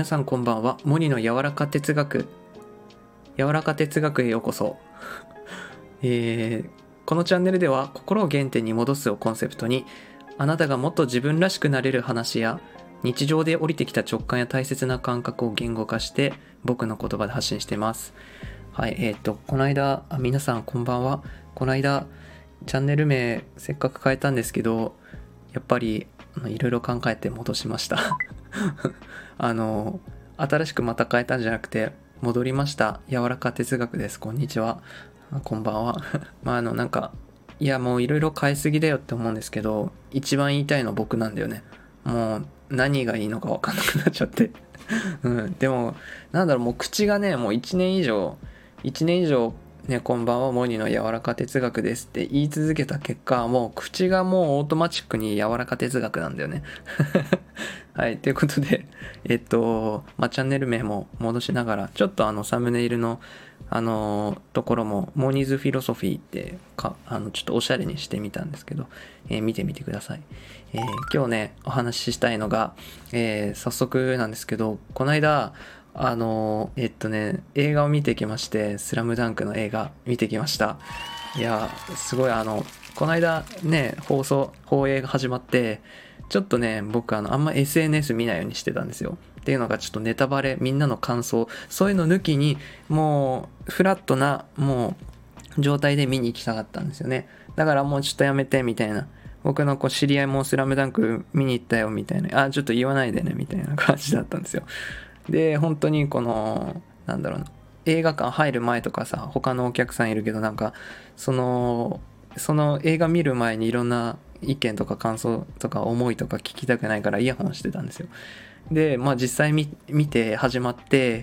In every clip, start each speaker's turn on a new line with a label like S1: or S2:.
S1: 皆さんこんばんは。モニの柔らか哲学へようこそ。このチャンネルでは心を原点に戻すをコンセプトに、あなたがもっと自分らしくなれる話や日常で降りてきた直感や大切な感覚を言語化して僕の言葉で発信しています。はい、この間皆さんこんばんは。この間チャンネル名せっかく変えたんですけど、やっぱりいろいろ考えて戻しました新しくまた変えたんじゃなくて戻りました。柔らか哲学です。こんにちは。こんばんはいやもういろいろ変えすぎだよって思うんですけど、一番言いたいの僕なんだよね。もう何がいいのか分かんなくなっちゃってでももう口がね、もう1年以上ね、こんばんはモニの柔らか哲学ですって言い続けた結果、もう口がもうオートマチックに柔らか哲学なんだよねはい、ということでチャンネル名も戻しながら、ちょっとサムネイルのところもモニーズフィロソフィーってちょっとおしゃれにしてみたんですけど、見てみてください。今日ねお話ししたいのが、早速なんですけど、この間映画を見てきまして、スラムダンクの映画見てきました。いやすごいこの間ね放映が始まって、ちょっとね僕あんま SNS 見ないようにしてたんですよ。っていうのがちょっとネタバレ、みんなの感想、そういうの抜きにもうフラットなもう状態で見に行きたかったんですよね。だからもうちょっとやめてみたいな、僕の知り合いもスラムダンク見に行ったよみたいな、ちょっと言わないでねみたいな感じだったんですよ。で本当にこの映画館入る前とかさ、他のお客さんいるけど、その映画見る前にいろんな意見とか感想とか思いとか聞きたくないからイヤホンしてたんですよ。で実際見て始まって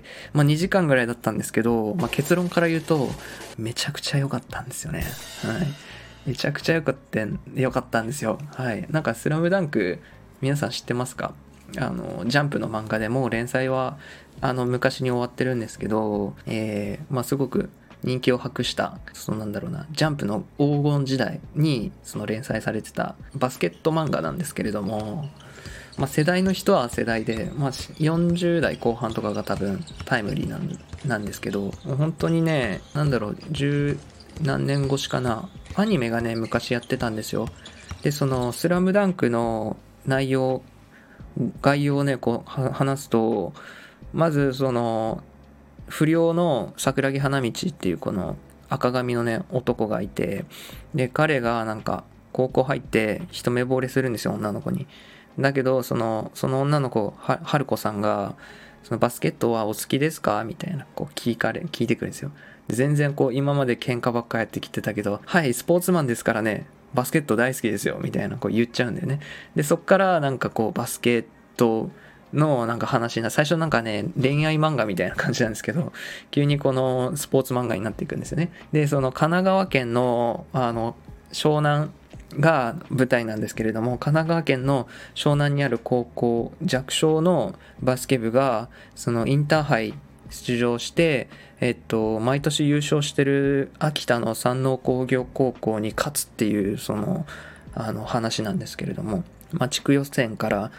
S1: 、2時間ぐらいだったんですけど、結論から言うとめちゃくちゃ良かったんですよね。はい、めちゃくちゃ良かったんですよ。はい、スラムダンク皆さん知ってますか？ジャンプの漫画でもう連載は昔に終わってるんですけど、すごく人気を博したジャンプの黄金時代に連載されてたバスケット漫画なんですけれども、世代の人は世代で、40代後半とかが多分タイムリーなんですけど、本当にね、十何年越しかな、アニメがね昔やってたんですよ。でスラムダンクの概要をね話すと、まず不良の桜木花道っていうこの赤髪のね男がいて、で彼が高校入って一目惚れするんですよ、女の子に。だけどその女の子春子さんがバスケットはお好きですかみたいな聞いてくるんですよ。全然今まで喧嘩ばっかやってきてたけど、はいスポーツマンですからね、バスケット大好きですよみたいな言っちゃうんだよね。でそっからバスケットの話最初恋愛漫画みたいな感じなんですけど、急にこのスポーツ漫画になっていくんですよね。で神奈川県の湘南が舞台なんですけれども、神奈川県の湘南にある高校、弱小のバスケ部がインターハイ出場して、毎年優勝してる秋田の山王工業高校に勝つっていう話なんですけれども、地区予選から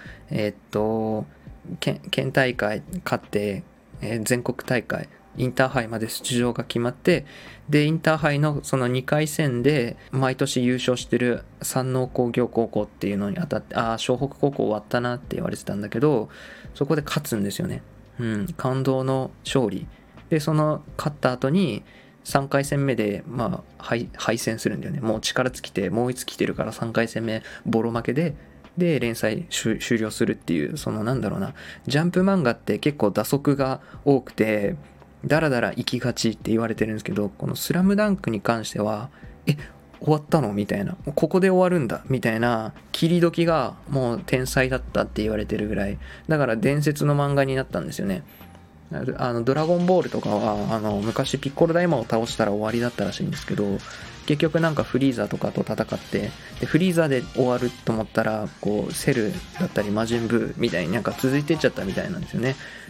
S1: 県大会勝って、全国大会インターハイまで出場が決まって、でインターハイの2回戦で毎年優勝してる山王工業高校っていうのに当たって、湘北高校終わったなって言われてたんだけど、そこで勝つんですよね。感動の勝利で、勝った後に3回戦目で敗戦するんだよね。もう力尽きてもういつ来てるから3回戦目ボロ負けで連載終了するっていう、ジャンプ漫画って結構打足が多くてだらだら行きがちって言われてるんですけど、このスラムダンクに関しては終わったのみたいな、ここで終わるんだみたいな切り時がもう天才だったって言われてるぐらい、だから伝説の漫画になったんですよね。ドラゴンボールとかは昔ピッコロ大魔を倒したら終わりだったらしいんですけど、結局フリーザとかと戦って、でフリーザで終わると思ったらセルだったり魔人ブーみたいに続いていっちゃったみたいなんですよね。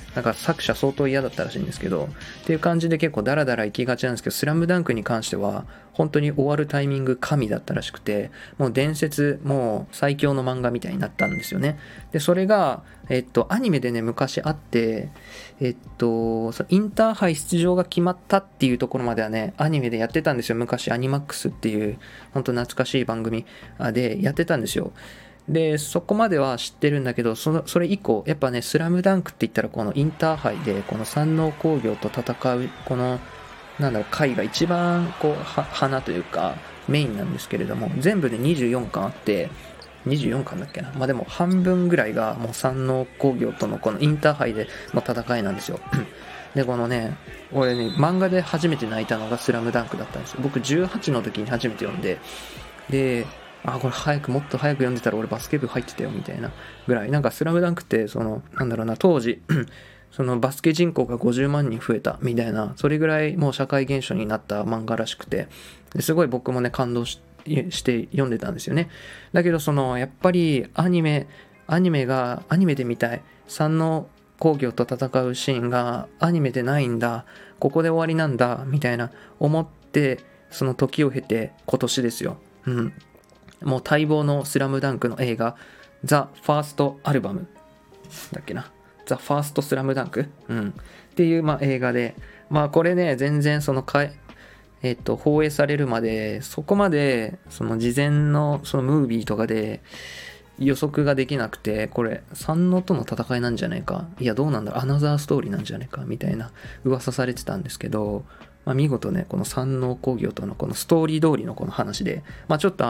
S1: なんか作者相当嫌だったらしいんですけど、っていう感じで結構ダラダラ行きがちなんですけど、スラムダンクに関しては本当に終わるタイミング神だったらしくて、もう伝説、もう最強の漫画みたいになったんですよね。でそれがアニメでね昔あって、インターハイ出場が決まったっていうところまではねアニメでやってたんですよ。昔アニマックスっていう本当懐かしい番組でやってたんですよ。でそこまでは知ってるんだけど、それ以降やっぱねスラムダンクって言ったらこのインターハイでこの山王工業と戦うこの回が一番こう花というかメインなんですけれども、全部で24巻あって、24巻だっけな、まあでも半分ぐらいがもう山王工業とのこのインターハイでの戦いなんですよ。でこのね俺ね漫画で初めて泣いたのがスラムダンクだったんですよ。僕18の時に初めて読んで、でこれもっと早く読んでたら俺バスケ部入ってたよみたいなぐらい、なんかスラムダンクって当時そのバスケ人口が50万人増えたみたいな、それぐらいもう社会現象になった漫画らしくて、すごい僕もね感動して読んでたんですよね。だけどやっぱりアニメで見たい山王工業と戦うシーンがアニメでないんだ、ここで終わりなんだみたいな思って、その時を経て今年ですよ、もう待望のスラムダンクの映画ザ・ファーストアルバムだっけな、ザ・ファーストスラムダンク、っていう映画で、これね全然放映されるまでそこまでその事前のそのムービーとかで予測ができなくて、これ山王との戦いなんじゃないか、いやどうなんだろう、アナザーストーリーなんじゃないかみたいな噂されてたんですけど、見事ねこの山王工業とのこのストーリー通りのこの話で、ちょっと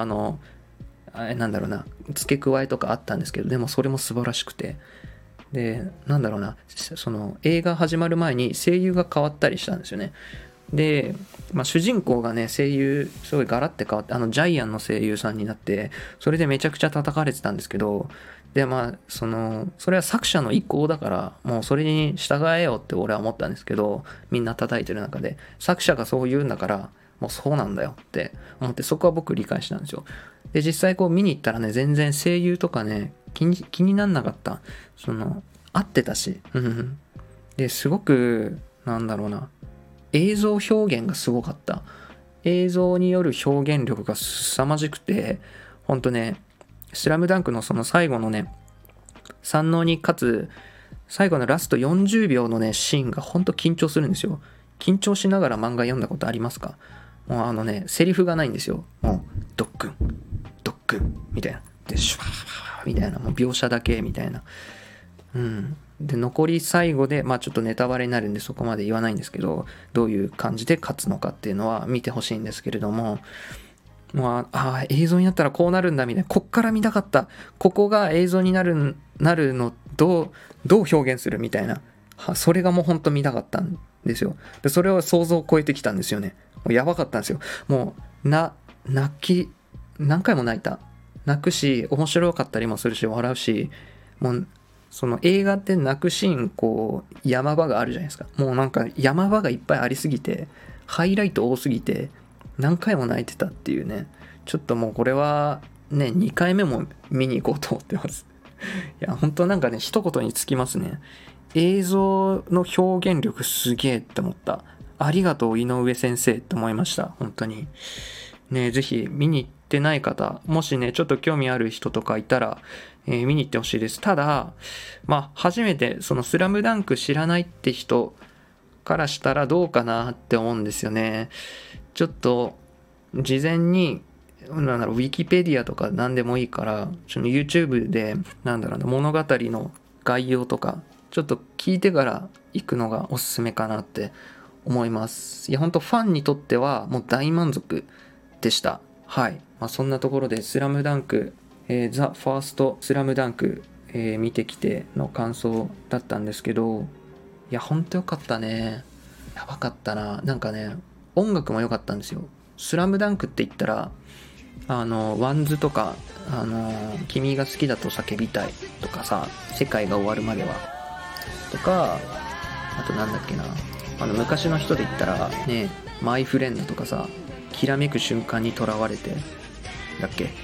S1: 付け加えとかあったんですけど、でもそれも素晴らしくて、でその映画始まる前に声優が変わったりしたんですよね。で、主人公がね声優すごいガラッて変わってジャイアンの声優さんになって、それでめちゃくちゃ叩かれてたんですけど、でそれは作者の意向だからもうそれに従えよって俺は思ったんですけど、みんな叩いてる中で作者がそう言うんだからもうそうなんだよって思って、そこは僕理解したんですよ。で実際見に行ったらね全然声優とかね気になんなかった。合ってたし、ですごく映像表現がすごかった。映像による表現力が凄まじくて、ほんとねスラムダンクのその最後のね山王に勝つ最後のラスト40秒のねシーンがほんと緊張するんですよ。緊張しながら漫画読んだことありますか？もうセリフがないんですよ。もうドックンドックンみたいなでシュワーみたいな、もう描写だけみたいな。で残り最後でちょっとネタバレになるんでそこまで言わないんですけど、どういう感じで勝つのかっていうのは見てほしいんですけれども、映像になったらこうなるんだみたいな、こっから見たかった、ここが映像になるのどう表現するみたいな、それがもうほんと見たかったんですよ。でそれを想像を超えてきたんですよね。もうやばかったんですよ。もう何回も泣くし、面白かったりもするし笑うし、もうその映画って泣くシーン山場があるじゃないですか。もう山場がいっぱいありすぎてハイライト多すぎて何回も泣いてたっていうね。ちょっともうこれはね2回目も見に行こうと思ってます。いや本当一言につきますね。映像の表現力すげえって思った。ありがとう井上先生って思いました。本当にね、ぜひ見に行ってない方、もしねちょっと興味ある人とかいたら、見に行ってほしいです。ただ初めてそのスラムダンク知らないって人からしたらどうかなって思うんですよね。ちょっと事前にウィキペディアとか何でもいいからその YouTube で物語の概要とかちょっと聞いてから行くのがおすすめかなって思います。いや本当ファンにとってはもう大満足でした。はい、そんなところでスラムダンク、ザ・ファーストスラムダンク、見てきての感想だったんですけど、いやほんとよかったね。やばかったな。音楽も良かったんですよ。スラムダンクって言ったらワンズとか君が好きだと叫びたいとかさ、世界が終わるまではとか、あと昔の人で言ったらねマイフレンドとかさ、きらめく瞬間にとらわれてだっけ、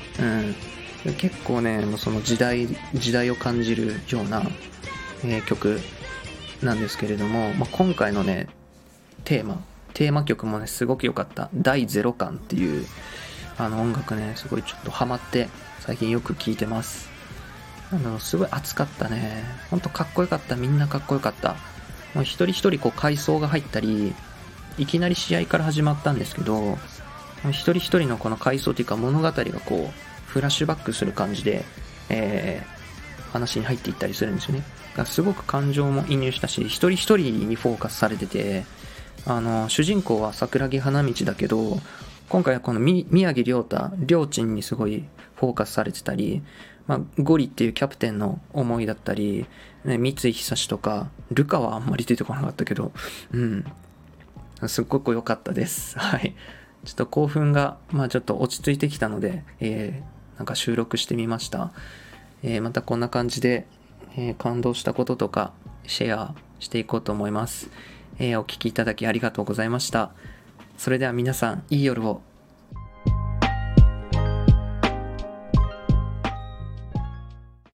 S1: 結構ねもうその時代を感じるような、曲なんですけれども、今回のねテーマ曲もねすごく良かった。第ゼロ感っていう音楽ね、すごいちょっとハマって最近よく聴いてます。すごい熱かったね。ほんとかっこよかった。みんなかっこよかった。もう一人一人回想が入ったり、いきなり試合から始まったんですけど、もう一人一人のこの回想というか物語がフラッシュバックする感じで、話に入っていったりするんですよね。だからすごく感情も移入したし、一人一人にフォーカスされてて、主人公は桜木花道だけど、今回はこの宮城亮太、亮珍にすごいフォーカスされてたり、ゴリっていうキャプテンの思いだったり、ね、三井久志とか、ルカはあんまり出てこなかったけど、すっごく良かったです。はい。ちょっと興奮が、ちょっと落ち着いてきたので、なんか収録してみました。またこんな感じで、感動したこととかシェアしていこうと思います。お聞きいただきありがとうございました。それでは皆さん、いい夜を。